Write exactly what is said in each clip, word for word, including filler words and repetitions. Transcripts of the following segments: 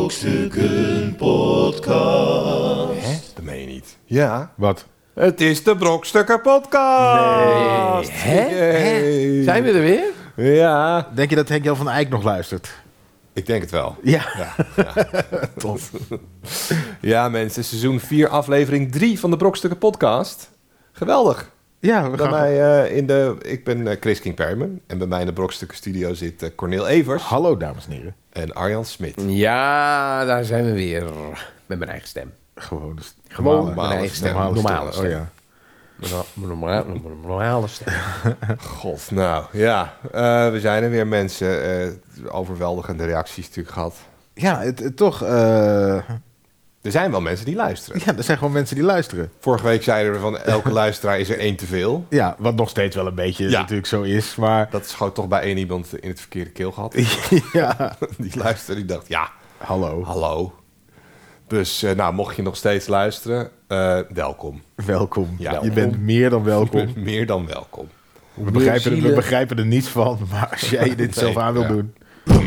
Brokstukken Podcast. Hè? Dat meen je niet. Ja. Wat? Het is de Brokstukken Podcast. Nee. Hè? Hè? Zijn we er weer? Ja. Denk je dat Henk Jan van Eyck nog luistert? Ik denk het wel. Ja. Ja, ja. Tof. Ja, mensen. Seizoen vier, aflevering drie van de Brokstukken Podcast. Geweldig. Ja, we Bij gaan... mij uh, in de... Ik ben uh, Chris King Perman. En bij mij in de Brokstukken Studio zit uh, Cornel Evers. Hallo, dames en heren. En Arjan Smit. Ja, daar zijn we weer. Met mijn eigen stem. Gewoon. Dus Gewoon normale- mijn eigen stem. normale Normale stem. stem. Oh ja. Mijn normale, mijn normale stem. God, nou ja. Uh, we zijn er weer, mensen. Uh, overweldigende reacties natuurlijk gehad. Ja, het, het toch... Uh... Er zijn wel mensen die luisteren. Ja, er zijn gewoon mensen die luisteren. Vorige week zeiden we van elke luisteraar is er één te veel. Ja, wat nog steeds wel een beetje Ja. natuurlijk zo is, maar... Dat schoot toch bij één iemand in het verkeerde keel gehad. Ja. Die luisterde, die dacht, ja, Hallo. hallo. Dus uh, nou, mocht je nog steeds luisteren, uh, welkom. Welkom. Ja, Je welkom. bent meer dan welkom. Meer dan welkom. We begrijpen, er, we zielen. begrijpen er niets van, maar als jij dit Nee, zelf aan wil ja. doen...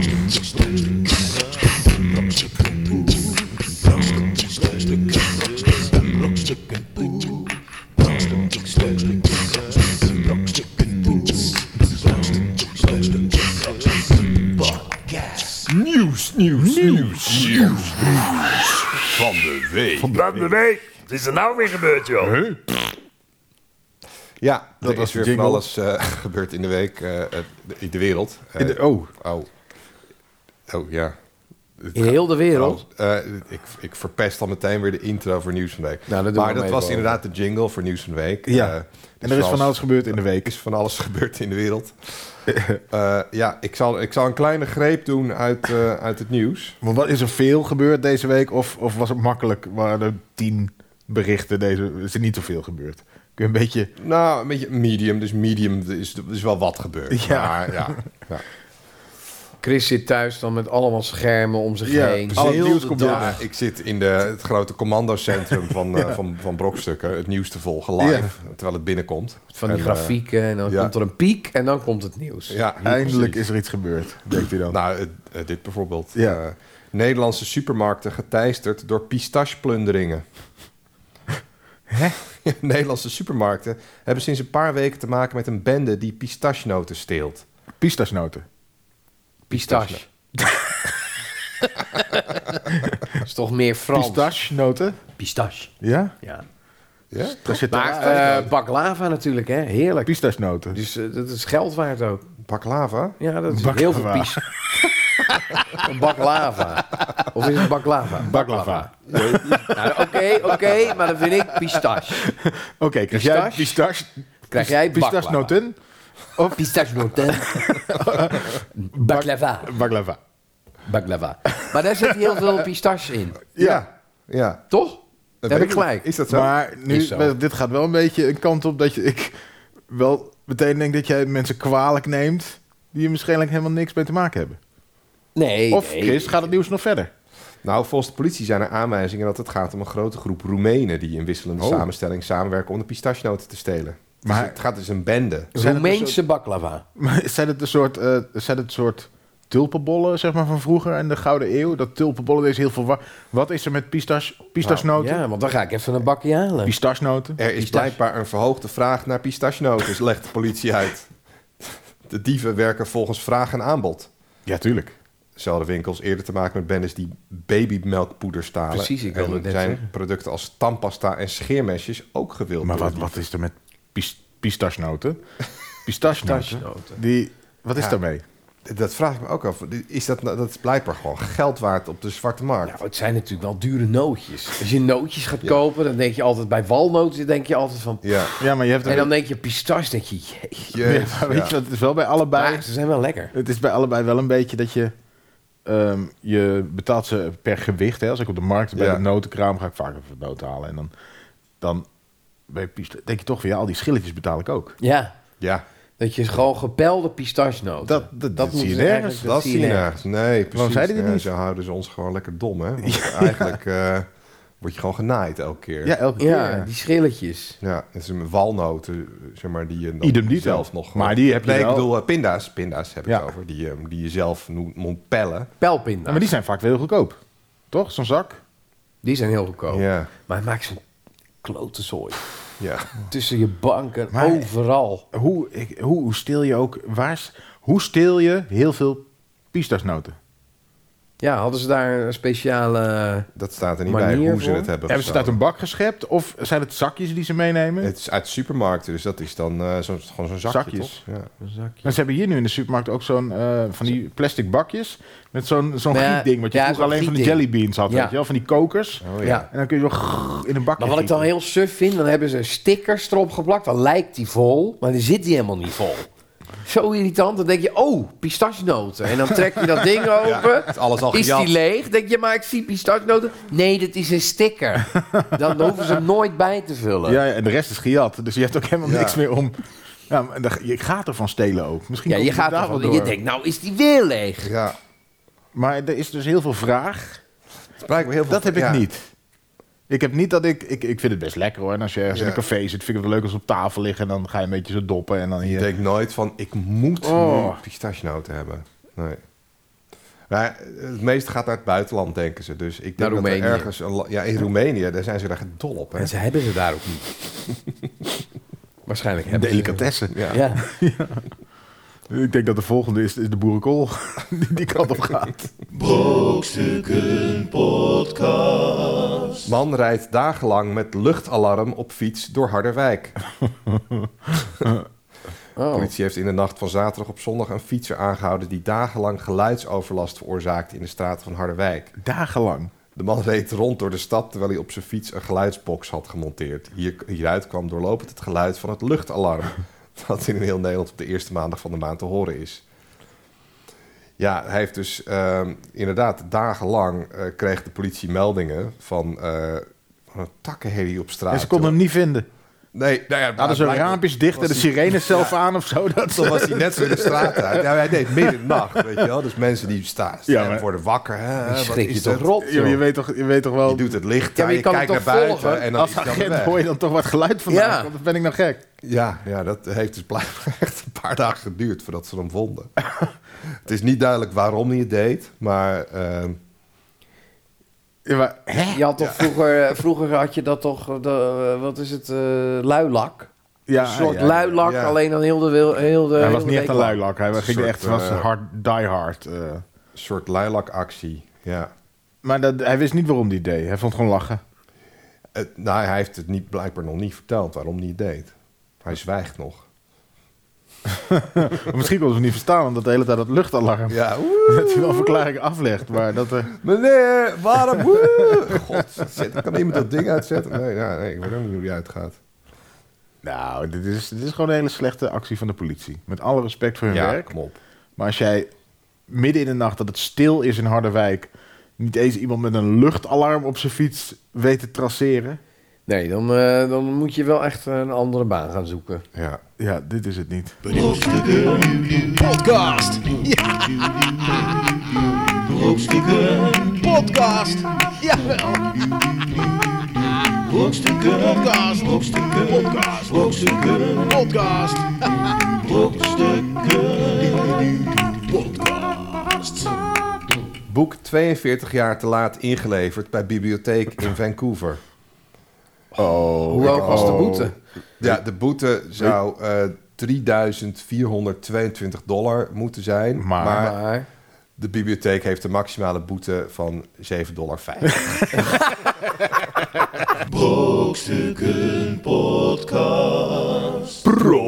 Nieuws, nieuws, nieuws, nieuws. Van de week. Van Van de week. Wat is er nou weer gebeurd, joh? Huh? Ja, Dat er was is de weer van jingle. alles uh, gebeurd in de week, uh, uh, in de wereld. Uh, In de- oh, Oh. Oh, ja. In heel de wereld. Oh, uh, ik, ik verpest al meteen weer de intro voor Nieuws van de Week. Nou, dat doen maar we dat maar was even inderdaad de jingle voor Nieuws van de Week. Ja. Uh, en dus er is zoals- van alles gebeurd in de Er week. is van alles gebeurd in de wereld. uh, ja, ik zal, ik zal een kleine greep doen uit, uh, uit het nieuws. Want wat is er veel gebeurd deze week? Of, of was het makkelijk? Waren er tien berichten deze... Is er niet zoveel gebeurd? Kun je een beetje... Nou, een beetje medium. Dus medium er is, er is wel wat gebeurd. Ja. Maar, ja, ja. Chris zit thuis dan met allemaal schermen om zich Ja, heen. precies. Al het Heel nieuws de komt dag. Ja, ik zit in de, het grote commandocentrum van, uh, van, van Brokstukken. Het nieuws te volgen live. Ja. Terwijl het binnenkomt. Van die En, uh, grafieken. En dan ja. komt er een piek. En dan komt het nieuws. ja, Eindelijk precies. is er iets gebeurd, denkt u dan? Nou, uh, uh, dit bijvoorbeeld. Ja. Uh, Nederlandse supermarkten geteisterd door pistacheplunderingen. Hè? Nederlandse supermarkten hebben sinds een paar weken te maken met een bende die pistachenoten steelt. Pistasnoten. Pistache. is toch meer Frans? Pistasnoten? Pistache. Ja? Ja. Ja? Daar zit Maar er... uh, baklava natuurlijk, hè? Heerlijk. Pistasnoten. Dus uh, dat is geld waard ook. Baklava? Ja, dat is Baklava. heel veel pies. Een baklava. Of is het baklava? Baklava. Nou, Oké, oké, okay, maar dan vind ik pistache. Oké, okay, krijg jij Pistache? pistache... Krijg jij baklava? Pistasnoten? Of Pistachenoten. Baklava. baklava? Baklava. Maar daar zit heel veel pistache in. Ja. Ja. Toch? Dat Daar heb weet ik ik gelijk. Is dat zo? Maar nu, Is zo. dit gaat wel een beetje een kant op dat je, ik wel meteen denk dat jij mensen kwalijk neemt die er waarschijnlijk helemaal niks mee te maken hebben. Nee, Of, nee. Chris, gaat het nieuws nog verder? Nou, volgens de politie zijn er aanwijzingen dat het gaat om een grote groep Roemenen die in wisselende Oh. samenstelling samenwerken om de pistachenoten te stelen. Maar- Maar het gaat dus een bende. Zijn het Roemeense baklava. Maar zijn het een soort, eh, zijn het een soort tulpenbollen zeg maar, van vroeger en de Gouden Eeuw? Dat tulpenbollen is heel veel... Wa- Wat is er met pistache, pistachenoten? Ja, want dan ga ik even een bakje halen. Pistachenoten? Er is Pistache. blijkbaar een verhoogde vraag naar pistachenoten, legt de politie uit. De dieven werken volgens vraag en aanbod. Ja, tuurlijk. Zelfde winkels eerder te maken met bendes die babymelkpoeder stalen. Precies, ik wilde en het net zijn zeggen. producten als tandpasta en scheermesjes ook gewild. Maar door wat, die- wat is er met pis, pistachenoten? Pistachenoten? Pistachenoten. Die, wat is Ja. daarmee? Dat vraag ik me ook af. Is dat, nou- dat is blijkbaar gewoon geld waard op de zwarte markt. Nou, het zijn natuurlijk wel dure nootjes. Als je nootjes gaat kopen, dan denk je altijd... Bij walnoten denk je altijd van... Ja. Ja, maar je hebt... En dan denk je pistache, denk je... Jee. Ja, Jezus, maar weet ja. je wat, het is wel bij allebei... Maar ze zijn wel lekker. Het is bij allebei wel een beetje dat je... ehm, je betaalt ze per gewicht. Hè? Als ik op de markt bij Ja. de notenkraam ga ik vaak even noten halen. En dan, dan bij pista- denk je toch van ja, al die schilletjes betaal ik ook. Ja, Ja, dat je gewoon gepelde pistachenoten... Dat, dat, dat zie je moeten ze nergens. eigenlijk- dat, zie je nergens. Nee, precies. zeiden die Ja, niet? Zo houden ze ons gewoon lekker dom, hè? Want eigenlijk eh, word je gewoon genaaid elke keer. Ja, elke keer. Ja, Ja. die schilletjes. Ja, het is een walnoten, zeg maar, die je dan Idem dito. zelf nog... Maar die heb je nee, wel- ik bedoel eh, pinda's, pinda's heb ik Ja. het over, die, eh, die je zelf no- moet pellen. Pelpinda. Ja, maar die zijn vaak wel heel goedkoop. Toch? Zo'n zak? Die zijn heel goedkoop. Ja, Maar het maakt zo'n klote zooi. ja. Tussen je banken, Maar- overal. Hoe, ik, hoe, hoe steel je ook... Waar, is- hoe steel je heel veel pistasnoten? Ja, hadden ze daar een speciale... Dat staat er niet Manier bij hoe ze voor? het hebben Hebben ze het uit gestolen. een bak geschept? Of zijn het zakjes die ze meenemen? Het is uit supermarkten, dus dat is dan eh, zo, gewoon zo'n zakje, Zakjes. toch? Ja. Maar ze hebben hier nu in de supermarkt ook zo'n eh, van die plastic bakjes met zo'n zo'n Ja, gietding, wat je ja, vroeger zo'n alleen van die gietding. jellybeans had, Ja. weet je wel, van die kokers. Oh, ja. Ja. En dan kun je zo in een bakje Maar wat ik dan gieten. heel suf vind, dan hebben ze stickers erop geplakt. Dan lijkt die vol, maar dan zit die helemaal niet vol. Zo irritant. Dan denk je, oh, pistachenoten. En dan trek je dat ding open. is alles al Is gejat. die leeg? Denk je, maar ik zie pistachenoten. Nee, dat is een sticker. Dan hoeven ze hem nooit bij te vullen. Ja, ja, en de rest is gejat, dus je hebt ook helemaal Ja. niks meer om. Ja, maar dan- je gaat ervan stelen ook. Misschien Ja, komt je het gaat daar ervan. wel Je door. denkt, nou is die weer leeg. Ja. Maar er is dus heel veel vraag. Het blijkt me heel veel- Dat heb ik ja. niet. Ik heb niet dat ik, ik... Ik vind het best lekker hoor. En als je ergens in Ja. een café zit, vind ik het wel leuk als ze op tafel liggen. En dan ga je een beetje zo doppen. En dan Ik hier... denk nooit van, ik moet Oh. nu pistachenoten hebben. Nee. Maar het meeste gaat naar het buitenland, denken ze. Dus ik denk Naar dat Roemenië. er ergens... Een, la- ja, in Roemenië, daar zijn ze daar dol op. Hè? En ze hebben ze daar ook niet. Waarschijnlijk hebben Delicatessen. Ja. ze. Ja. Ik denk dat de volgende is, is de boerenkool. die die kant op gaat. Brokstukken Podcast. Man rijdt dagenlang met luchtalarm op fiets door Harderwijk. De Oh. politie heeft in de nacht van zaterdag op zondag een fietser aangehouden die dagenlang geluidsoverlast veroorzaakte in de straten van Harderwijk. Dagenlang. De man reed rond door de stad terwijl hij op zijn fiets een geluidsbox had gemonteerd. Hier, hieruit kwam doorlopend het geluid van het luchtalarm, dat in heel Nederland op de eerste maandag van de maand te horen is. Ja, hij heeft dus ehm, inderdaad dagenlang uh, kreeg de politie meldingen van, uh, van een takkenherrie op straat. En ze konden hem niet vinden. Nee, nou ja, Hadden ze blijkbaar raampjes dicht en de was hij- sirenes zelf aan of zo? Dat Toen was hij net zo in de straat uit. Ja, hij deed midden in de nacht, weet je wel. Dus mensen die staan, Ja, maar- worden wakker. Hè? Wat Schrik je is toch het? rot, Ja, joh. je, weet toch, je weet toch wel... Je doet het licht Ja, aan, maar je je kan kijkt het naar toch buiten volgen? en dan Als is hij dan agent weg. hoor je dan toch wat geluid vandaan. Ja. Want dan ben ik nou gek. Ja, ja, dat heeft dus blijkbaar echt een paar dagen geduurd voordat ze hem vonden. Het is niet duidelijk waarom hij het deed, maar... ehm, Ja, maar, hè? Je had toch vroeger, vroeger had je dat toch, de, wat is het, eh luilak? Ja, Een soort ja, ja. luilak, ja. alleen dan heel de... wil- Heel de Hij heel was de niet echt week een lang. luilak. Hij Een ging soort, echt was eh, hard, die hard. eh. een soort luilakactie, ja. Maar dat, hij wist niet waarom hij het deed. Hij vond gewoon lachen. Het, nou, hij heeft het niet, blijkbaar nog niet verteld waarom hij het deed. Hij zwijgt nog. Maar misschien konden ze niet verstaan, omdat de hele tijd dat luchtalarm... Ja, dat hij wel verklaringen aflegt. Maar dat er... meneer, waarom? Woe! God, zet, kan iemand dat ding uitzetten? Nee, ja, nee, ik weet ook niet hoe die uitgaat. Nou, dit is, dit is gewoon een hele slechte actie van de politie. Met alle respect voor hun Ja, werk. kom op. Maar als jij midden in de nacht dat het stil is in Harderwijk... niet eens iemand met een luchtalarm op zijn fiets weet te traceren... Nee, dan, eh, dan moet je wel echt een andere baan gaan zoeken. Ja. Ja, dit is het niet. Brokstukken Podcast. Ja. Brokstukken Podcast. Jawel. Brokstukken Podcast. Brokstukken Podcast. Brokstukken Podcast. Brokstukken Podcast. Boek tweeënveertig jaar te laat ingeleverd bij bibliotheek in Vancouver. Oh, Hoe hoog was de oh. boete? Ja, de boete zou uh, drieduizend vierhonderdtweeëntwintig dollar moeten zijn. Maar- Maar, Maar, de bibliotheek heeft een maximale boete van zeven dollar vijftig. Brokstukken Podcast.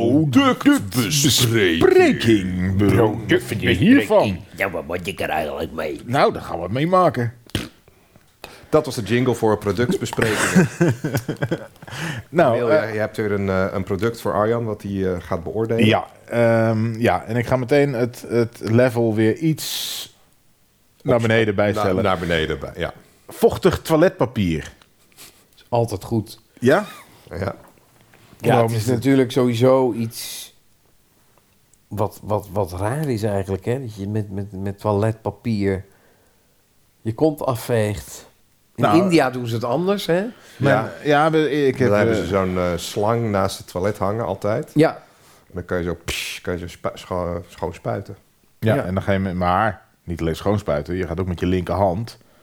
Productbespreking. Wat vind je hiervan? Ja, wat moet ik er eigenlijk mee? Nou, daar gaan we het mee maken. Dat was de jingle voor productsbesprekingen. Nou, Wil, eh, je hebt weer een, uh, een product voor Arjan wat hij uh, gaat beoordelen. ja, um, ja, en ik ga meteen het, het level weer iets naar beneden bijstellen. Naar, naar beneden, bij, ja. Vochtig toiletpapier. altijd goed. Ja? ja. Ja, Waarom het is is het- natuurlijk sowieso iets wat, wat, wat raar is eigenlijk, hè? Dat je met, met, met toiletpapier je kont afveegt. In Nou, India doen ze het anders, hè? Ja, ja we- ik heb... Dan hebben eh, ze zo'n uh, slang naast het toilet hangen altijd. Ja, En dan kan je zo, psh, kan je zo spu- scho- schoon spuiten. ja, ja. en dan ga je met... Maar niet alleen schoonspuiten, je gaat ook met je linkerhand...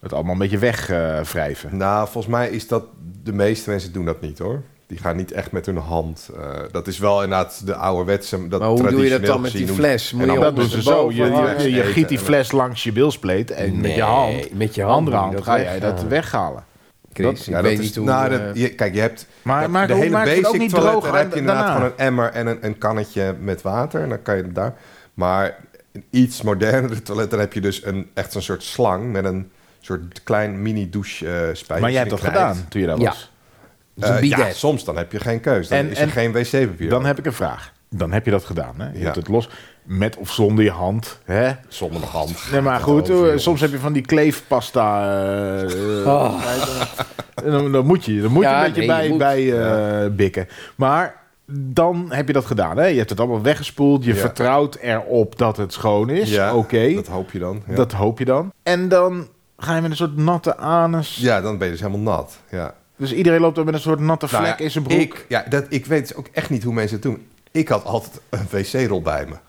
het allemaal een beetje wegwrijven. Nou, volgens mij is dat... De meeste mensen doen dat niet, hoor. Die gaan niet echt met hun hand. Uh, dat is wel inderdaad de ouderwetse... Dat maar hoe doe je dat dan met gezien, die fles? Moet en je dan dat doen ze zo. Je, je, je giet die en- fles langs je bilspleet en met Nee, je hand, met je hand andere doe je hand, dat ga jij dat weghalen. weghalen. Chris, dat- ik Ja, weet dat niet is, hoe... nou, eh, dat, je, kijk, je hebt Maar, de, maar de hoe hele maak je het ook basic niet toilet. droog Daar heb je inderdaad daarna? gewoon een emmer en een, een kannetje met water. En dan kan je daar... Maar een iets modernere toilet, daar heb je dus een, echt zo'n soort slang... met een soort klein mini-douche uh, spijker. Maar jij hebt dat gedaan toen je daar Ja. was. dat is een Uh, ja, bidet. soms dan heb je geen keus. Dan En- is en er geen wc-papier. Dan heb ik een vraag. Dan heb je dat gedaan, hè? Je Ja. hebt het los, met of zonder je hand, hè? Zonder de hand. Nee, maar goed, Over, uh, soms heb je van die kleefpasta. uh, uh, Oh. en dan, dan moet je, dan moet je Ja, een beetje nee, je bij, moet. bij uh, bikken. Maar dan heb je dat gedaan, hè? Je hebt het allemaal weggespoeld. Je Ja. vertrouwt erop dat het schoon is. Ja, Oké, dat hoop je dan. Ja. dat hoop je dan. En dan ga je met een soort natte anus. ja, dan ben je dus helemaal nat. Ja. Dus iedereen loopt er met een soort natte vlek Nou ja, in zijn broek. Ik, ja, dat, ik weet dus ook echt niet hoe mensen het doen. Ik had altijd een wc-rol bij me.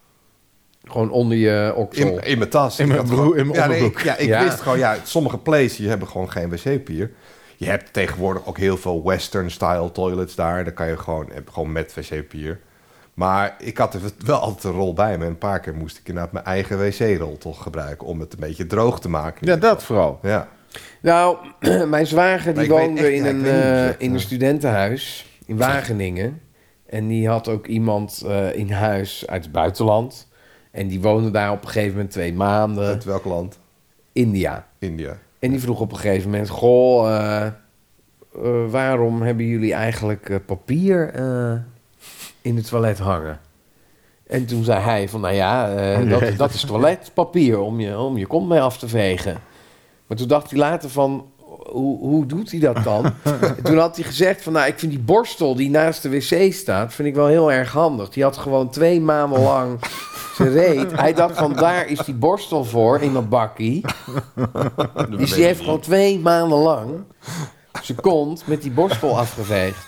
Gewoon onder je oksel. In, in mijn tas. In Ik mijn had broek- gewoon- in mijn ja, nee, onderbroek. ik, ja, ik Ja. wist gewoon, ja, sommige places hebben gewoon geen wc-papier. Je hebt tegenwoordig ook heel veel western-style toilets daar. Daar kan je gewoon, heb gewoon met wc-papier. Maar ik had er wel altijd een rol bij me. En een paar keer moest ik inderdaad mijn eigen wc-rol toch gebruiken... om het een beetje droog te maken. Ja, dat vooral. Ja. Nou, mijn zwager Maar die ik weet woonde echt- in ja, ik een, weet niet hoe eh, je zegt, in ja. een studentenhuis in Wageningen. En die had ook iemand eh, in huis uit het buitenland. En die woonde daar op een gegeven moment twee maanden. Uit welk land? India. India. En die vroeg op een gegeven moment... Goh, eh, eh, waarom hebben jullie eigenlijk eh, papier eh, in het toilet hangen? En toen zei hij van, nou ja, eh, Oh, dat, jee. dat is toiletpapier om je, om je kont mee af te vegen. Maar toen dacht hij later van, hoe, hoe doet hij dat dan? En toen had hij gezegd van, nou, ik vind die borstel die naast de wc staat, vind ik wel heel erg handig. Die had gewoon twee maanden lang zijn reet. Hij dacht van, daar is die borstel voor in dat bakkie. Dus die heeft gewoon twee maanden lang zijn kont met die borstel afgeveegd.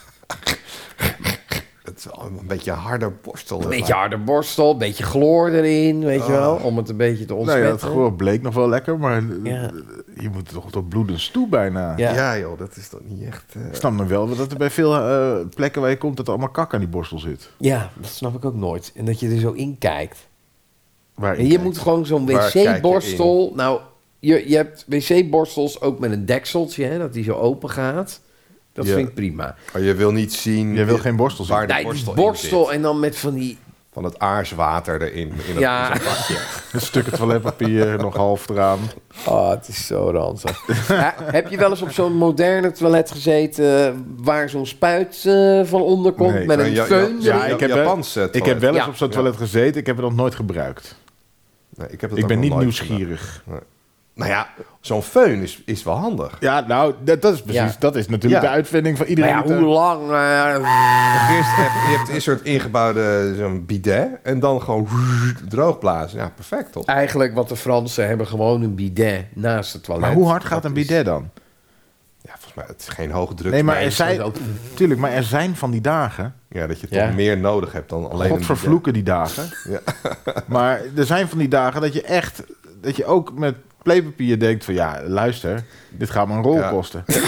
Het is wel een beetje een harde borstel. Een beetje harde borstel, een beetje chloor erin, weet je wel, om het een beetje te Nou ontsmetten. ja, het gewoon bleek nog wel lekker, maar Ja. je moet toch tot bloedens toe bijna. Ja. Ja. joh, dat is toch niet echt... eh, Ik snap nog wel dat er bij veel eh, plekken waar je komt... dat er allemaal kak aan die borstel zit. Ja, dat snap ik ook nooit. En dat je er zo in kijkt. Waar En je moet gewoon zo'n Waar kijk je wc-borstel... Nou, je, je hebt wc-borstels ook met een dekseltje, hè, dat die zo open gaat. Dat Ja. vind ik prima. Maar je wil niet zien... Jij wil geen borstel zien. waar de Nee, borstel, die borstel in zit. en dan met van die... Van het aarswater erin. In dat, Ja. in zo'n bakje. Een stukje toiletpapier nog half eraan. Oh, het is zo ranzig. Ja, heb je wel eens op zo'n moderne toilet gezeten... waar zo'n spuit eh, van onder komt Nee, met Zo'n een ja- föhn ja- Ja, erin? ik heb, wel, Japanse ik heb toilet. wel eens Ja. op zo'n Ja. toilet gezeten. Ik heb het nog nooit gebruikt. Nee, ik heb dat Ik ook ben nog niet nooit nieuwsgierig. gedaan. Nou ja, zo'n föhn is, is wel handig. Ja, nou, dat, dat is precies. Ja. Dat is natuurlijk Ja. de uitvinding van Maar iedereen. ja, die hoe thuis- lang... eh, Eerst heb je hebt een soort ingebouwde zo'n bidet. En dan gewoon droogblazen. Ja, perfect toch? Eigenlijk wat de Fransen hebben gewoon een bidet naast het toilet. Maar hoe hard gaat Dat een is- bidet dan? Ja, volgens mij het is geen hoge druk. Nee, maar er dat zijn, is ook- tuurlijk, maar er zijn van die dagen. Ja, dat je Ja. toch meer nodig hebt dan alleen God een vervloeken die dagen. Ja. Maar er zijn van die dagen dat je echt, dat je ook met playpapier denkt van ja, luister, dit gaat me een rol Ja. kosten. Je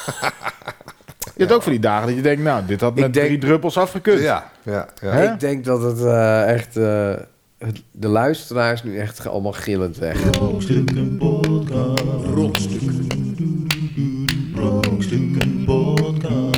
hebt ook van die dagen dat je denkt, nou, dit had met Ik denk- drie druppels afgekund. bidet. Ja, ja, ja. Hè? Ik denk dat het eh, echt... eh, het- de luisteraars nu echt ge- allemaal gillend weg. Brokstukken podcast. Brokstukken. Brokstukken podcast.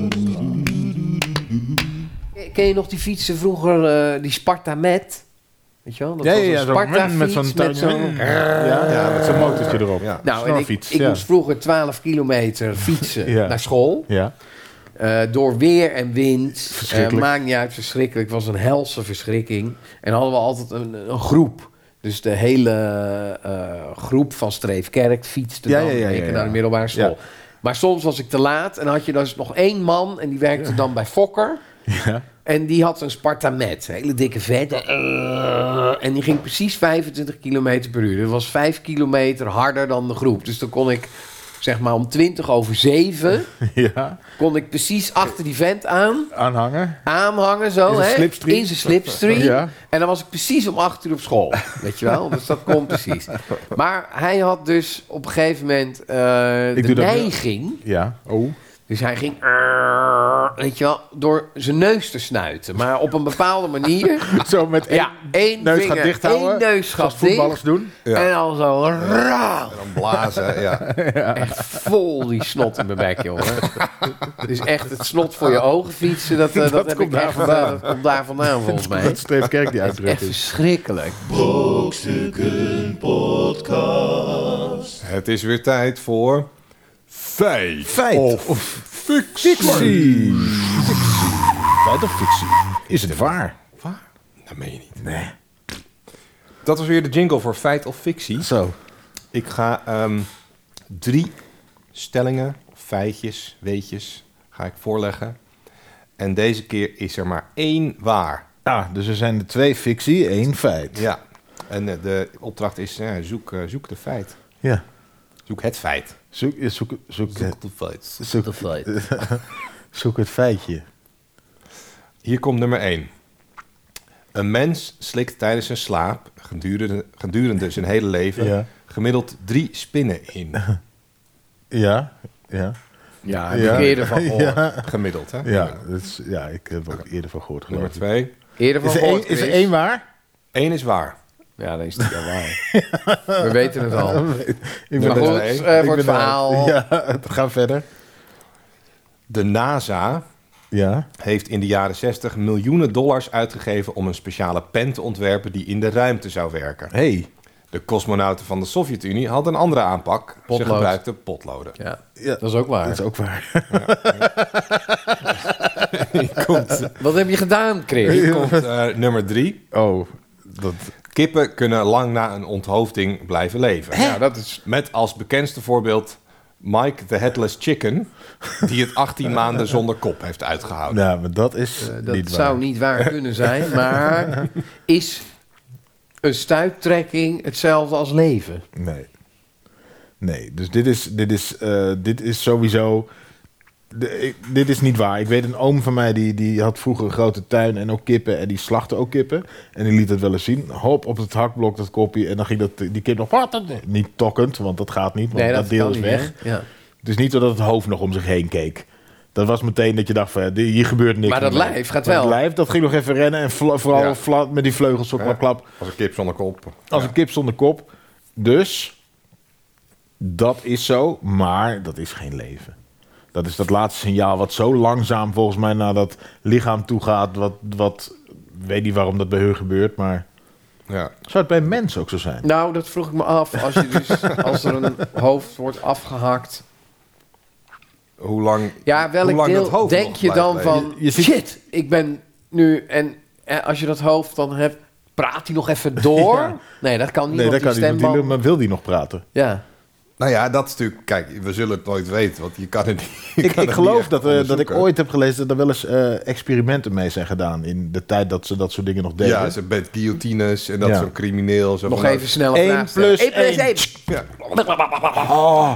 Ken je nog die fietsen vroeger, eh, die Sparta Met? Weet je wel? Dat Ja, was ja, een ja, zo Sparta-fiets met zo'n met zo'n... ja, ja, met zo'n motortje erop. Ja. Nou, en ik, Snorfiets, ik ja. moest vroeger twaalf kilometer fietsen Ja. naar school. Ja. Eh, door weer en wind. Eh, Verschrikkelijk. maakt niet uit, verschrikkelijk. Het was een helse verschrikking. En hadden we altijd een, een groep. Dus de hele eh, groep van Streefkerk fietste Ja, dan ja, ja, ik ja, naar de ja. middelbare school. Ja. Maar soms was ik te laat en had je dus nog één man... en die werkte dan bij Fokker. Ja. En die had een Sparta Met. Een hele dikke vet. Eh, en die ging precies vijfentwintig kilometer per uur. Dat was vijf kilometer harder dan de groep. Dus dan kon ik zeg maar om twintig over zeven... Ja, kon ik precies achter die vent aan, aanhangen. aanhangen zo, In zijn hè? slipstream. In zijn slipstream. Ja. En dan was ik precies om acht uur op school, weet je wel? Dus dat kon precies. Maar hij had dus op een gegeven moment eh, Ik de doe dat nu. neiging... Ja, oh. Dus hij ging, weet je wel, door zijn neus te snuiten. Maar op een bepaalde manier. Zo met één Ja, één neus vinger, gaat dicht houden. één neus zoals gaat dicht. voetballers doen. Ja. En dan zo, rauw. En dan blazen, ja. Echt vol die snot in mijn bek, jongen. Dus echt het snot voor je ogen fietsen, dat, uh, dat, Dat heb komt ik daar echt, vandaan. uh, dat komt daar vandaan volgens mij. Dat streeft kerk die Echt uitdrukking. verschrikkelijk. Brokstukken Podcast. Het is weer tijd voor... Feit, Feit of, Fictie. Fictie. Feit of fictie? Is het waar? Waar? Dat meen je niet. Nee. Dat was weer de jingle voor Feit of Fictie. Zo. Ik ga ehm, drie stellingen, feitjes, weetjes, ga ik voorleggen. En deze keer is er maar één waar. Ah, dus er zijn er twee fictie, één feit. Ja. En eh, de opdracht is, ja, zoek, eh, zoek de feit. Ja. Zoek het feit. Zoek, zoek, zoek, Zoek de feit. zoek, De feit. zoek het feitje. Hier komt nummer één. Een mens slikt tijdens zijn slaap, gedurende, gedurende zijn hele leven, Ja. gemiddeld drie spinnen in. Ja, ja. Ja, heb Ja. ik eerder van gehoord. Ja, Gemiddeld, hè? ja, dat is, ja, ik heb er ook eerder van gehoord. Nummer geloof ik. twee. Eerder van Is er, gehoord, één, is er Chris. één waar? Eén is waar. Ja, dan is het wel waar. We weten het al. Ik Maar ben goed, er één. eh, ik voor het ben er- verhaal. Ja, ga verder. De NASA Ja. heeft in de jaren zestig miljoenen dollars uitgegeven om een speciale pen te ontwerpen die in de ruimte zou werken. Hey. De cosmonauten van de Sovjet-Unie hadden een andere aanpak. Ze Potlood. gebruikten potloden. Ja, Ja, dat is ook waar. dat is ook waar. Komt, Wat heb je gedaan, Chris? hier komt eh, nummer drie. Oh, dat... Kippen kunnen lang na een onthoofding blijven leven. Ja, dat is... Met als bekendste voorbeeld Mike the Headless Chicken, die het achttien maanden zonder kop heeft uitgehouden. Nou, maar dat is Eh, dat niet zou waar. niet waar kunnen zijn, maar is een stuiptrekking hetzelfde als leven? Nee. Nee, dus dit is, dit is, eh, dit is sowieso... De, ik- dit is niet waar. Ik weet een oom van mij, die, die had vroeger een grote tuin en ook kippen. En die slachtte ook kippen. En die liet het wel eens zien. Hop, op het hakblok, dat kopje. En dan ging dat, die kip nog... Wat? Niet tokkend, want dat gaat niet. Want dat, deel kan is niet, weg. hè? Ja. Het is niet zo dat het hoofd nog om zich heen keek. Dat was meteen dat je dacht van, ja, die- hier gebeurt niks Maar dat meer. lijf gaat Maar wel. Dat lijf, dat ging nog even rennen. En vla- vooral Ja. vla- met die vleugels zo klap, klap. Als een kip zonder kop. Als Ja. een kip zonder kop. Dus, dat is zo, maar dat is geen leven. Dat is dat laatste signaal wat zo langzaam volgens mij naar dat lichaam toe gaat. Wat, wat, ik weet niet waarom dat bij hun gebeurt, maar... Ja. Zou het bij een mens ook zo zijn? Nou, dat vroeg ik me af. Als, je dus, als er een hoofd wordt afgehakt. Hoe lang, Ja, welk hoe lang dat deel hoofd denk nog je blijft dan leven? van... Je- je ziet- shit, ik ben nu... En eh, als je dat hoofd dan hebt, praat hij nog even door? Ja. Nee, dat kan niet. Nee, want dat die kan niet. want stemband- die- Maar wil die nog praten? Ja. Nou ja, dat is natuurlijk... Kijk, we zullen het nooit weten, want je kan het niet... je Ik, kan ik het niet geloof echt dat, eh, dat ik onderzoeken. ooit heb gelezen dat er wel eens eh, experimenten mee zijn gedaan. In de tijd dat ze dat soort dingen nog deden. Ja, ze met guillotines en dat Ja. zo'n crimineel. Zo Nog van, even snel een één vraag stellen. plus één plus één. één. Ja, Oh,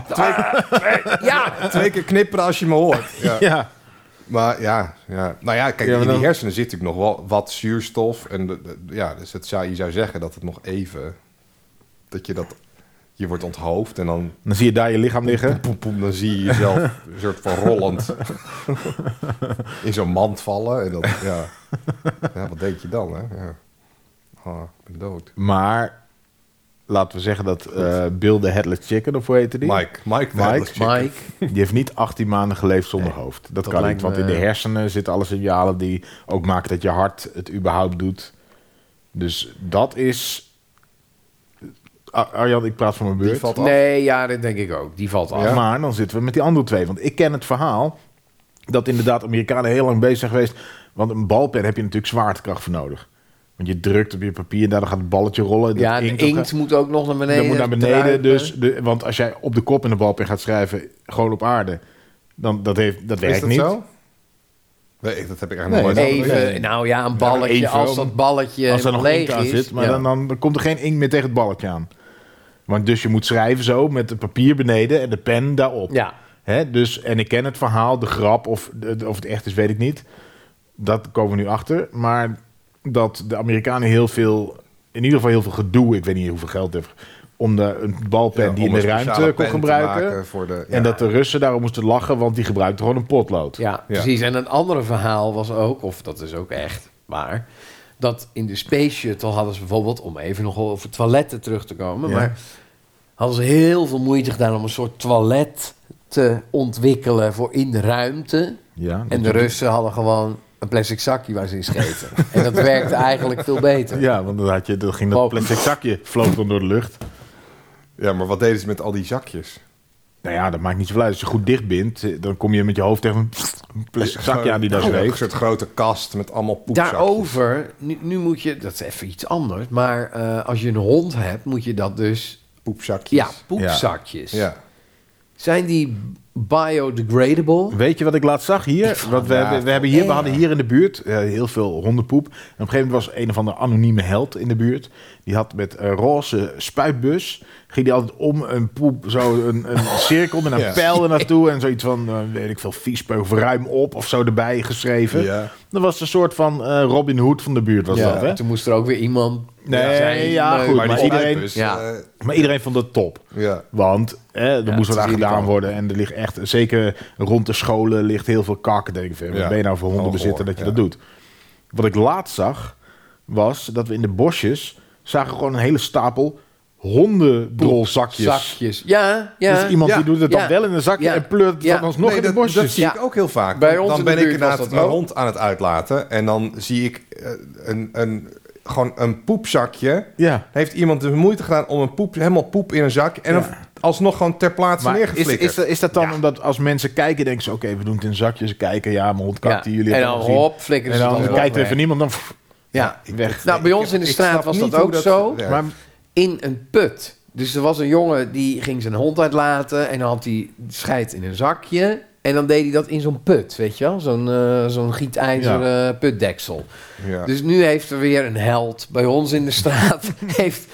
Ja. twee keer knipperen als je me hoort. Ja. ja. Maar ja, ja, nou ja, kijk, Ja, maar in dan- die hersenen zit natuurlijk nog wel wat zuurstof. En de, de- ja, dus het zou, je zou zeggen dat het nog even... Dat je dat... Je wordt onthoofd en dan... Dan zie je daar je lichaam liggen. Poem, poem, dan zie je jezelf een soort van rollend in zo'n mand vallen. En dan, ja. ja, wat denk je dan, hè? Ja. Ah, ik ben dood. Maar laten we zeggen dat eh Bill the Headless Chicken, of hoe heette die? Mike, Mike, the Mike, Headless Chicken. Mike. Die heeft niet achttien maanden geleefd zonder hoofd. Dat, dat kan lijkt niet, want me- in de hersenen zitten alle signalen die ook maken dat je hart het überhaupt doet. Dus dat is... Ar- Arjan, ik praat van mijn beurt. Die valt af. Nee, ja, dat denk ik ook. Die valt af. Ja. Maar dan zitten we met die andere twee. Want ik ken het verhaal dat inderdaad Amerikanen heel lang bezig zijn geweest. Want een balpen heb je natuurlijk zwaartekracht voor nodig. Want je drukt op je papier en daardoor gaat het balletje rollen. Ja, Dat de inkt moet ook nog naar beneden. Dat moet naar beneden. druipen. Dus de, want als jij op de kop in een balpen gaat schrijven, gewoon op aarde, dan dat, heeft, dat Is werkt dat niet. zo? Nee, ik- dat heb ik eigenlijk Nee, nog nooit Even, gelezen. nou ja, een balletje. even, als dat balletje Als er nog leeg inkt aan is. zit, maar ja. dan, dan komt er geen inkt meer tegen het balletje aan. Want dus je moet schrijven zo met het papier beneden en de pen daarop. Ja. Hè? Dus, en ik ken het verhaal, de grap, of, de- of het echt is, weet ik niet. Dat komen we nu achter. Maar dat de Amerikanen heel veel, in ieder geval heel veel gedoe, ik weet niet hoeveel geld heeft, om de, een balpen Ja, die om in de een speciale ruimte kon pen te gebruiken. maken voor de, ja. En dat de Russen daarom moesten lachen, want die gebruikten gewoon een potlood. Ja, precies. En een andere verhaal was ook, of dat is ook echt waar, dat in de Space Shuttle hadden ze bijvoorbeeld, om even nog over toiletten terug te komen, Ja. maar hadden ze heel veel moeite gedaan om een soort toilet te ontwikkelen voor in de ruimte. Ja, En de Russen hadden gewoon een plastic zakje waar ze in scheten. En dat werkte eigenlijk veel beter. Ja, want dan, had je, dan ging dat Gewoon- plastic zakje, vloog dan door de lucht. Ja, maar wat deden ze met al die zakjes? Nou ja, dat maakt niet zoveel uit. Als je goed dicht bindt, dan kom je met je hoofd tegen een plastic zakje aan die daar Een zweeft. soort grote kast met allemaal poepzakjes. Daarover, nu, nu moet je, dat is even iets anders, maar eh, als je een hond hebt, moet je dat dus, Poepzakjes. ja, poepzakjes. Ja. Zijn die biodegradable? Weet je wat ik laatst zag hier? Want we, ja, hebben, we, hebben hier, we erg. hadden hier in de buurt eh, heel veel hondenpoep. En op een gegeven moment was een of andere anonieme held in de buurt. Die had met een roze spuitbus, ging die altijd om een poep, zo een, een cirkel met een Ja. pijl er naartoe. En zoiets van, eh, weet ik veel, viespeug of ruim op of zo erbij geschreven. Ja. Dat was een soort van eh, Robin Hood van de buurt was dat, hè? Toen moest er ook weer iemand Nee, zijn ja, neus- goed, Maar, maar die iedereen- spuitbus, Ja. eh, Maar iedereen vond het top. ja. Want hè, er Ja, moest het wat aan is gedaan irritant. worden. En er ligt echt, zeker rond de scholen, ligt heel veel kakken. Denk ik, van, wat Ja. ben je nou voor hondenbezitter Al dat je gehoord, dat doet? Wat ik laatst zag, was dat we in de bosjes zagen gewoon een hele stapel hondendrolzakjes. zakjes. Ja, ja. Dus iemand Ja. die doet het dan Ja. wel in een zakje Ja. en pleurt het Ja. dan alsnog Nee, in de dat, bosjes. dat zie Ja. ik ook heel vaak. Bij ons dan in de ben ik buurt was inderdaad dat mijn ook. hond aan het uitlaten. En dan zie ik eh, een, een, gewoon een poepzakje. Ja. Heeft iemand de moeite gedaan om een poep, helemaal poep in een zak... en Ja. dan alsnog gewoon ter plaatse Maar is, neergeflikkerd. is, dat, is dat dan Ja. omdat als mensen kijken, denken ze... oké, we doen het in zakjes, ze kijken, ja, mijn hond kakt Ja. die jullie En hebben dan gezien. hop, flikkeren En ze dan het kijkt er alsnog even weg. niemand, dan Ja. weg. Nou, bij ons in de Ik straat snap was niet dat hoe ook zo. werkt. Maar In een put. Dus er was een jongen die ging zijn hond uitlaten en dan had hij scheid in een zakje. En dan deed hij dat in zo'n put, weet je wel? Zo'n eh, zo'n gietijzeren putdeksel. Ja. Dus nu heeft er weer een held bij ons in de straat... heeft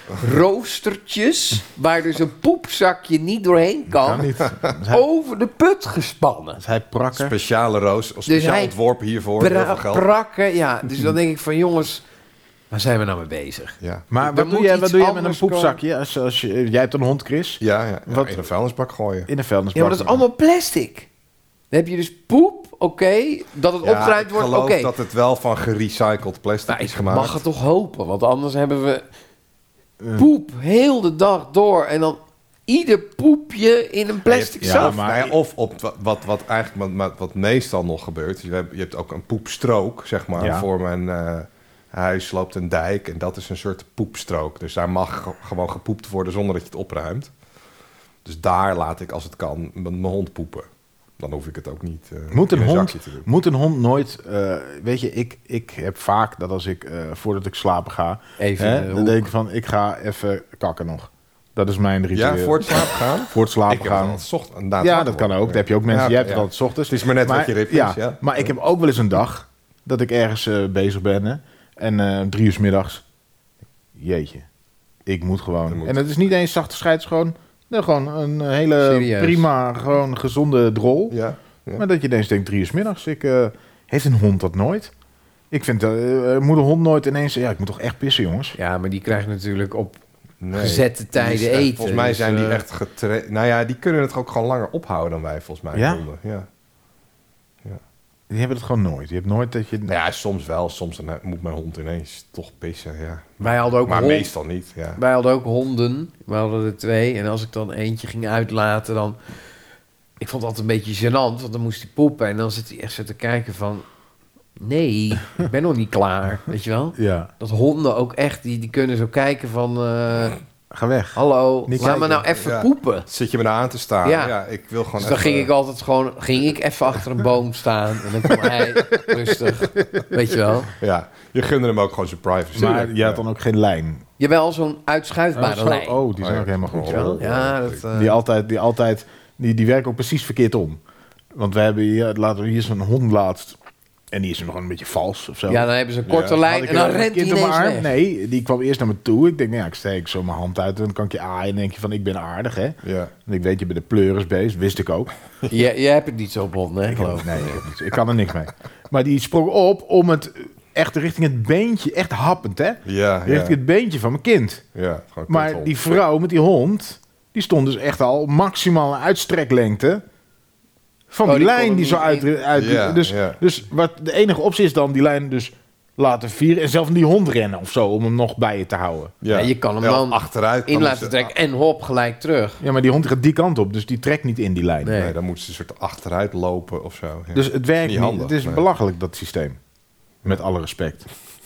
roostertjes waar dus een poepzakje niet doorheen kan... kan niet. Dus hij, over de put gespannen. dus hij prakken. Speciale roos, speciaal hij ontworpen hiervoor. Heel Bra- veel geld. prakken, ja. Dus dan denk ik van jongens, waar zijn we nou mee bezig? Ja, Maar Er wat moet doe jij, wat iets doe jij met een anders poepzakje? Als, als je, jij hebt een hond, Chris, ja, ja. ja, Wat- in een vuilnisbak gooien. in een vuilnisbak. Ja, maar dat is allemaal plastic. Dan heb je dus poep, oké. Dat het Ja, opgeruimd ik wordt, geloof oké. dat het wel van gerecycled plastic Nou, is ik gemaakt. mag het toch hopen, want anders hebben we Eh. poep heel de dag door. En dan ieder poepje in een plastic Ja, zak. maar- Nou ja, of op wat, wat, wat eigenlijk wat, wat meestal nog gebeurt. Je hebt, je hebt ook een poepstrook, zeg maar. Ja. Voor mijn eh, huis loopt een dijk en dat is een soort poepstrook. Dus daar mag ge- gewoon gepoept worden zonder dat je het opruimt. Dus daar laat ik, als het kan, m- mijn hond poepen. Dan hoef ik het ook niet eh Moet een in een hond- zakje te doen. Moet een hond nooit... eh, weet je, ik, ik heb vaak dat als ik, eh, voordat ik slapen ga... Even hè, in de dan hoek. denk ik van, ik ga even kakken nog. Dat is mijn ritueel. Ja, voor het slapen gaan? Voor het slapen ik heb gaan. het altijd ochtend- na het Ja, wakker dat kan worden. ook. Dat heb je ook mensen. Ja, Jij hebt ja. het altijd 's ochtends. Het is maar net wat je ritme ja, is, ja. Maar ik heb ook wel eens een dag dat ik ergens eh, bezig ben. Hè, en eh, drie uur 's middags. Jeetje. Ik moet gewoon. Je moet. En het is niet eens zachte scheids, gewoon, nee, gewoon een hele Serieus? prima, gewoon gezonde drol. Ja, ja. Maar dat je ineens denkt, drie uur 's middags. Ik, eh, heeft een hond dat nooit? Ik vind, eh, moet een hond nooit ineens... Ja, ik moet toch echt pissen, jongens. Ja, maar die krijgen natuurlijk op Nee. gezette Die tijden is echt- eten. Volgens mij dus, zijn die eh, echt getraind. Nou ja, die kunnen het ook gewoon langer ophouden dan wij, volgens mij. Ja? honden. Ja. Die hebben het gewoon nooit. Je hebt nooit dat je... Nou ja, soms wel. Soms dan moet mijn hond ineens toch pissen, ja. Wij hadden ook Maar hond- meestal niet, ja. Wij hadden ook honden. We hadden er twee. En als ik dan eentje ging uitlaten, dan... Ik vond het altijd een beetje gênant, want dan moest hij poepen. En dan zit hij echt zo te kijken van... Nee, ik ben nog niet klaar. Weet je wel? Ja, Dat honden ook echt, die, die kunnen zo kijken van... eh, ga weg. Hallo, Niet laat me kijken. nou even Ja. poepen. Zit je me nou aan te staan? Ja. Ja, ik wil gewoon Dus dan even- ging ik altijd gewoon... Ging ik even achter een boom staan. En dan kon hij rustig. Weet je wel? Ja, je gunde hem ook gewoon zijn privacy. Maar je had Ja. dan ook geen lijn. Jawel, zo'n uitschuifbare Oh, zo. lijn. Oh, die zijn Oh, ook ja. helemaal goed. Weet je wel? Ja, dat... eh, Die altijd, die altijd, die, die werken ook precies verkeerd om. Want we hebben hier, laten we hier zo'n hond laatst. En die is nog een beetje vals of zo. Ja, dan hebben ze een korte Ja, lijn Had ik en dan een rent hij kind op mijn ineens arm? weg. Nee, die kwam eerst naar me toe. Ik denk, nou ja, ik steek zo mijn hand uit en dan kan ik je aaien. En dan denk je van, ik ben aardig, hè. Ja. En ik weet, je bent de pleurisbeest, wist ik ook. Je, je hebt het niet zo blond, nee, Ik geloof heb, ik. nee, ik, heb niets, ik kan er niks mee. Maar die sprong op om het echt richting het beentje, echt happend, hè. Ja, ja. Richting het beentje van mijn kind. ja gewoon Maar control. die vrouw met die hond, die stond dus echt al maximaal een uitstreklengte van Oh, die, die lijn kon die zo hem uit... niet uit Ja, dus, ja. dus wat de enige optie is dan die lijn dus laten vieren en zelf die hond rennen of zo om hem nog bij je te houden. Ja. Ja, je kan hem Ja, dan achteruit. in dan laten moet ze- trekken en hop, gelijk terug. Ja, maar die hond gaat die kant op, dus die trekt niet in die lijn. Nee. Nee, dan moeten ze een soort achteruit lopen of zo. Ja. Dus het werkt Niet niet. handig, Het is nee. belachelijk, dat systeem. Met alle respect.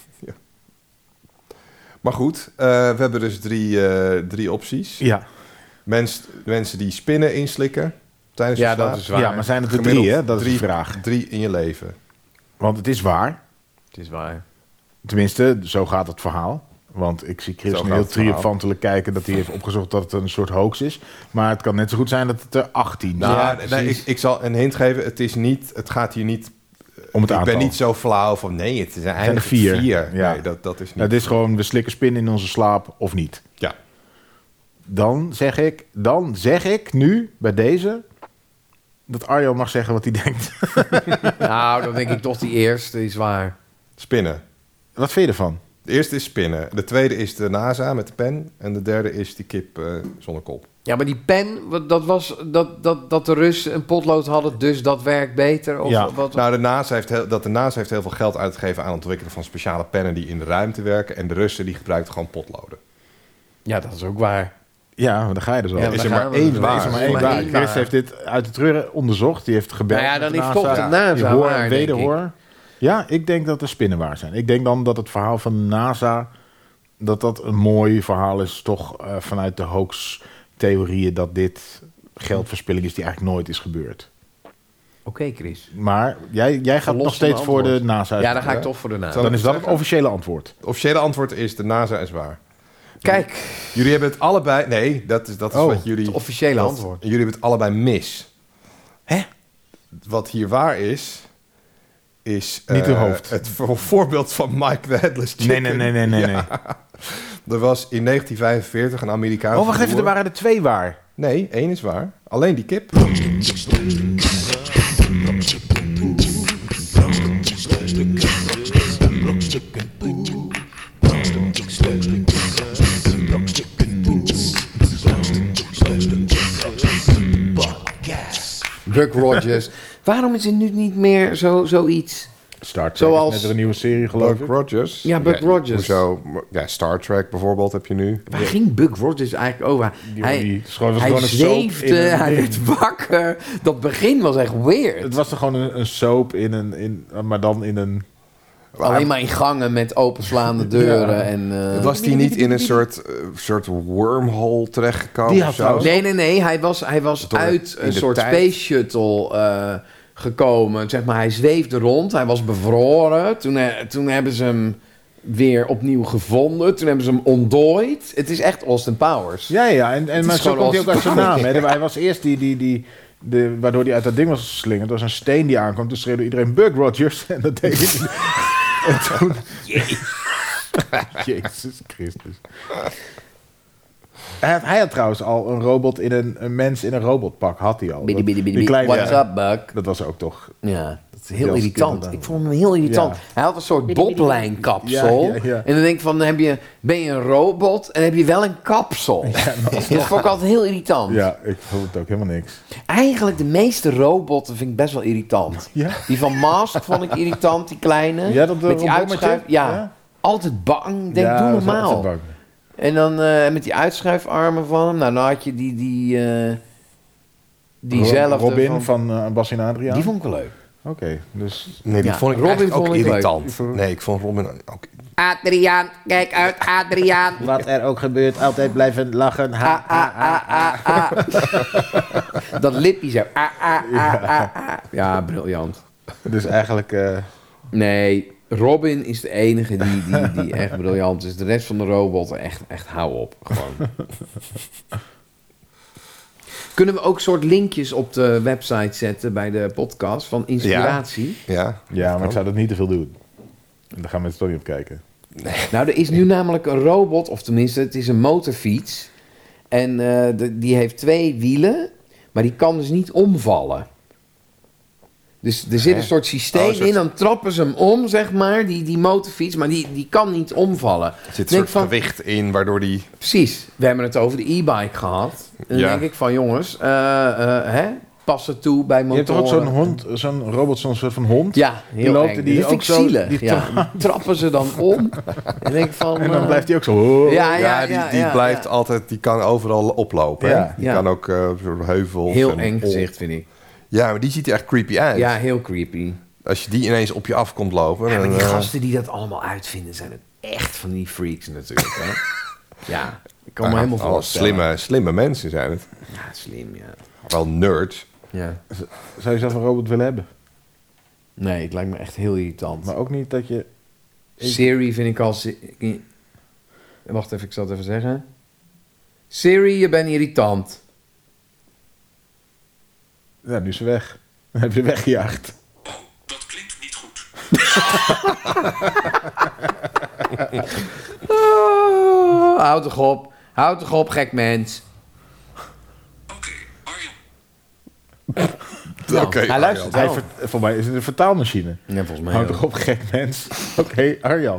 Maar goed, eh, we hebben dus drie, eh, drie opties. Ja, Mens, mensen die spinnen inslikken tijdens Ja, de slaap. dat is waar. ja maar zijn het er Gemiddeld drie, hè? Dat is drie, de vraag. Drie in je leven. Want het is waar. Het is waar. Tenminste, zo gaat het verhaal. Want ik zie Chris Zo nu gaat heel het verhaal. triomfantelijk kijken dat hij heeft opgezocht dat het een soort hoax is. Maar het kan net zo goed zijn dat het er achttien Nou, zijn. nee, precies. ik, ik zal een hint geven. Het, is niet, het gaat hier niet... Om het ik aantal. ben niet zo flauw van... Nee, het zijn eigenlijk vier. vier. Ja. Nee, dat, dat is niet... Nou, het is gewoon, we slikken spin in onze slaap of niet. Ja. Dan zeg ik, dan zeg ik nu bij deze dat Arjan mag zeggen wat hij denkt. Nou, dan denk ik toch die eerste is waar. Spinnen. Wat vind je ervan? De eerste is spinnen. De tweede is de NASA met de pen. En de derde is die kip eh, zonder kop. Ja, maar die pen, wat- dat was dat, dat, dat de Russen een potlood hadden, dus dat werkt beter? Of Ja. wat? Nou, de NASA heeft heel, dat de NASA heeft heel veel geld uitgegeven aan het ontwikkelen van speciale pennen die in de ruimte werken. En de Russen die gebruikten gewoon potloden. Ja, dat is ook waar. Ja, maar dan ga je dus al. Ja, is daar er gaan maar we. één Er waar. Er is er maar Er één is maar waar. één Chris waar. heeft dit uit het treuren onderzocht. Die heeft gebeld. Nou ja, dan met is de toch de NASA Die hoor waar, en denk wederhoor. Ja, ik denk dat er spinnen waar zijn. Ik denk dan dat het verhaal van de NASA... dat dat een mooi verhaal is, toch uh, vanuit de hoax-theorieën... dat dit geldverspilling is die eigenlijk nooit is gebeurd. Oké, Chris. Maar jij, jij gaat Verlos nog steeds van voor de antwoord. NASA. Ja, dan ga ik Ja. toch voor de NASA. Zal Dan ik is dat zeggen? het officiële antwoord. Het officiële antwoord is de NASA is waar. Kijk, Jullie hebben het allebei... Nee, dat is, dat is Oh, wat jullie... het officiële dat- antwoord. Jullie hebben het allebei mis. Hè? Wat hier waar is... is Niet eh, uw hoofd. het voor- voorbeeld van Mike the Headless Nee, Chicken. nee, nee, nee, nee. nee. Er was in negentien vijfenveertig een Amerikaanse Oh, wacht even, boer- er waren er twee waar. Nee, één is waar. Alleen die kip. Buck Rogers. Waarom is er nu niet meer zo, zoiets? Star Trek Zoals- is net er een nieuwe serie, geloof Buck ik. Rogers. Ja, Buck Rogers. Hoezo? Ja, Star Trek bijvoorbeeld heb je nu. Waar ging Buck Rogers eigenlijk over? Die- hij die- het is gewoon- was hij gewoon een soap zweefde, in een hij ding. werd wakker. Dat begin was echt weird. Het was toch gewoon een, een soap in een, in, maar dan in een... Alleen maar in gangen met openslaande deuren. Ja. En, eh, Was die niet in een soort, eh, soort wormhole terechtgekomen? Die of had zo? trouwens- Nee, nee, nee. Hij was, hij was Door- uit in een de soort tijd. space shuttle eh, gekomen. Zeg maar, hij zweefde rond. Hij was bevroren. Toen, he- toen hebben ze hem weer opnieuw gevonden. Toen hebben ze hem ontdooid. Het is echt Austin Powers. Ja, ja, en, en is maar zo gewoon komt hij ook als- uit zijn naam. Hè. Hij was eerst die, die, die, de, waardoor hij uit dat ding was geslingerd. Er was een steen die aankwam. Toen schreeuwde iedereen Buck Rogers. En dat deed hij. En toen... Jezus Christus. Hij had, hij had trouwens al een robot in een, een mens in een robotpak. Had hij al. Biddy, biddy, Die biddy, kleine- What's up, Buck? Dat was ook toch... Ja, dat is heel Als irritant. kind Ik vond hem heel irritant. Ja. Hij had een soort boblijnkapsel. Ja, ja, ja. En dan denk ik van, dan heb je, ben je een robot en heb je wel een kapsel. dat vond ik altijd heel irritant. Ja, ik vond het ook helemaal niks. Eigenlijk de meeste robotten vind ik best wel irritant. Ja? Die van Mask vond ik irritant, die kleine. Ja, dat, eh, met die robommetje? uitschuif. Ja, Ja. altijd bang. Ik denk, Ja, doe dat was normaal. altijd bang. En dan eh, met die uitschuifarmen van hem. Nou, dan had je die... die eh diezelfde Robin van... van uh, Bas en Adriaan? Die vond ik wel leuk. Oké, dus... Nee, die Ja, vond ik Robin eigenlijk ook vond ik leuk. irritant. Nee, ik vond Robin ook... Adriaan, kijk uit, Adriaan. Wat er ook gebeurt, altijd blijven lachen. Ah, ah, ah, ah, ah. Dat lippie zo. Ah, ah, ah, ah, ah. Ja, briljant. Dus eigenlijk... Uh, Nee, Robin is de enige die, die, die echt briljant is. De rest van de robotten, echt, echt hou op. Gewoon. Kunnen we ook soort linkjes op de website zetten bij de podcast van inspiratie? Ja, Ja, maar ik zou dat niet te veel doen. Daar gaan mensen toch niet op kijken. Nou, er is nu namelijk een robot, of tenminste, het is een motorfiets. En eh, de- die heeft twee wielen, maar die kan dus niet omvallen. Dus er zit Hè? een soort systeem Oh, een soort- in, dan trappen ze hem om, zeg maar, die, die motorfiets, maar die, die kan niet omvallen. er zit een Denk soort van- gewicht in, waardoor die... Precies, we hebben het over de e-bike gehad. En dan Ja. denk ik van, jongens, eh, eh, hè, pas het toe bij Je motoren. hebt toch ook zo'n hond, zo'n robot, zo'n soort van hond? Ja, heel Die loopt eng. en die dat vind ook ik zo- zielig. die ja. Trappen ze dan om. en denk ik van... En dan eh, blijft hij ook zo... Ja, Ja, ja, die, ja, die ja, blijft ja. altijd... Die kan overal oplopen. hè? Ja. Die Ja. kan ook eh, op zo'n heuvels... Heel en eng op- gezicht, vind ik. Ja, maar die ziet er echt creepy uit. Ja, heel creepy. Als je die ineens op je af komt lopen... Ja, maar dan, die eh, gasten die dat allemaal uitvinden, zijn het echt van die freaks natuurlijk. Hè? Ja, ik kan me ah, helemaal oh, voorstellen. slimme, slimme mensen zijn het. Ja, slim, ja. Wel nerds. ja. Zou je zelf een robot willen hebben? Nee, het lijkt me echt heel irritant. Maar ook niet dat je... Siri vind ik al... si- Wacht even, ik zal het even zeggen. Siri, je bent irritant. Ja, nu is ze weg. Dan heb je weggejaagd. Dat klinkt niet goed. Oh, houd toch op. Houd toch op, gek mens. Oké, Arjan. Nou, Oké, hij Arjan. luistert Hij wel. ver- voor mij is het een vertaalmachine. Ja, volgens mij Houd wel. toch op, gek mens. Oké, Arjan.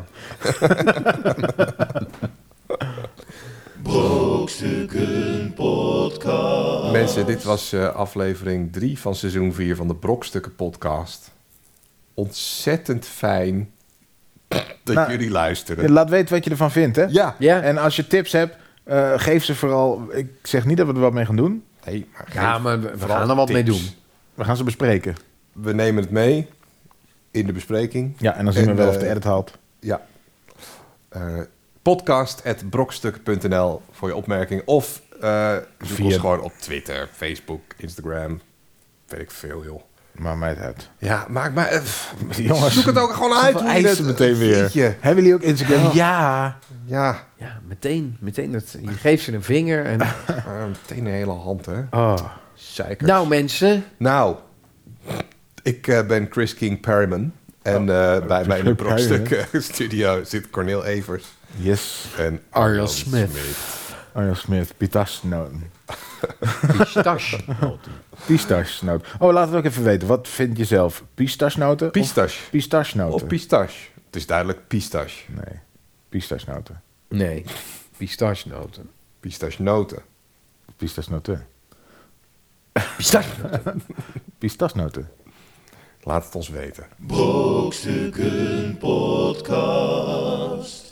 Brokstukken Podcast. Mensen, dit was eh, aflevering drie van seizoen vier van de Brokstukken podcast. Ontzettend fijn dat Nou, jullie Ja, luisteren. laat weten wat je ervan vindt, hè? Ja. Ja, En als je tips hebt, eh, geef ze vooral... Ik zeg niet dat we er wat mee gaan doen. Nee, maar ja geef maar we, we vooral gaan er wat mee tips. doen. We gaan ze bespreken. We nemen het mee in de bespreking. Ja, en dan zien En, we wel eh, of de edit haalt. Ja. Uh, podcast at brokstukken punt n l voor je opmerking. Of uh, zoek Via- ons gewoon op Twitter, Facebook, Instagram. Weet ik veel, joh. Maar mij het uit. Ja, maak maar... eh, pff, Jongens, zoek het ook gewoon uit. Zoveel hoe je eisen dat- meteen weer. Jeetje. Hebben jullie ook Instagram? Oh. Ja. Ja, Ja, meteen. meteen dat, je geeft ze een vinger en... uh, meteen een hele hand, hè. Oh. Zeikers. nou mensen, Nou, ik eh, ben Chris King Perryman. En eh, bij mij in de Perryman. Brokstukken studio zit Corneel Evers Yes. en Arjan Smith. Arjan Smith. Pitasnoten. pistache. Pistachenoten. Oh, laten we ook even weten. Wat vind je zelf? Pistachenoten? Pistache. Of pistachenoten? Of pistache. Het is duidelijk pistache. Nee. Pistachenoten. Nee, pistachenoten. Pistachenoten. Pistachenoten. Pistache. Pistachenoten. Laat het ons weten. Brokstukken Podcast.